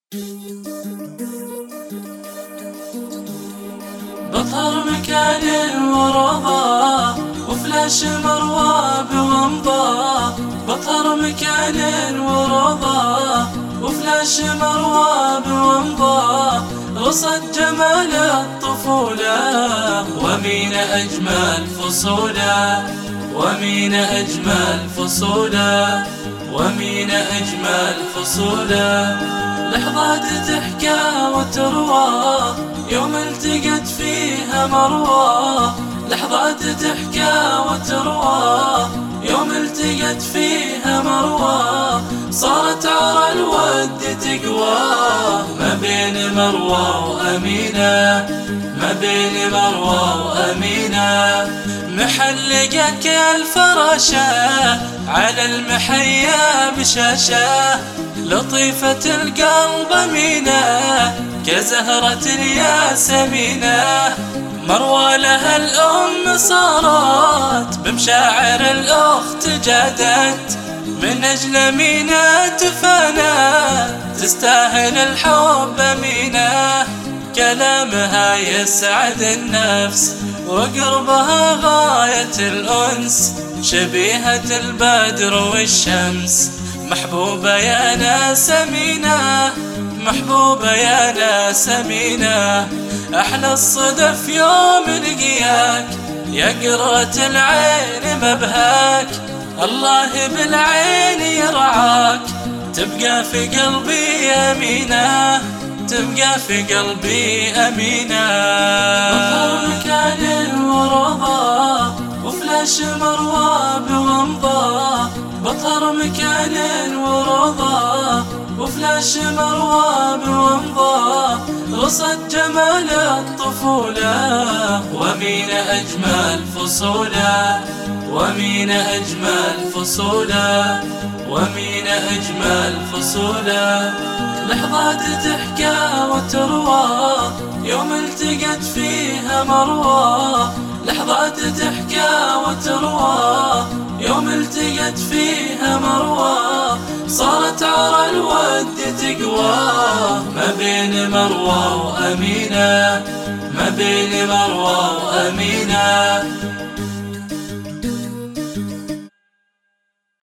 بطهر مكان ورضا وفلاش مروى بومضة. بطهر مكان ورضا وفلاش مروى بومضة. رصد جمال الطفولة ومين أجمل فصولة. ومين أجمل فصولة. ومين أجمل فصولة. لحظات تحكى وتروى يوم التقت فيها مروى. لحظات تحكى وتروى يوم التقت فيها مروى. صارت عرى الود تقوى ما بين مروى وأمينة. ما بين مروى وأمينة. محلقك الفراشة على المحيا بشاشة. لطيفة القلب أمينة كزهرة الياسمينة. مروى لها الأم صارت بمشاعر الأخت جادت. من أجل أمينة تفانت تستاهل الحب أمينة. كلامها يسعد النفس وقربها غاية الأنس. شبيهة البدر والشمس محبوبة يا ناس أمينة. محبوبة يا ناس أمينة. أحلى الصدف يوم لقياك يا قرة العين مبهاك. الله بالعين يرعاك تبقى في قلبي أمينة. تبقى في قلبي أمينة. بطهر مكان ورضا وفلاش مروى بومضة. بطهر مكان ورضا وفلاش مروى بومضة. رصد جمال الطفولة ومين أجمل فصولة. ومين أجمل فصولة. ومين أجمل فصولة. لحظات تحكى وتروى يوم التقت فيها مروى. لحظات تحكى وتروى يوم التقت فيها مروى. صارت عرى الود تقوى ما بين مروى وأمينة. ما بين مروى وأمينة.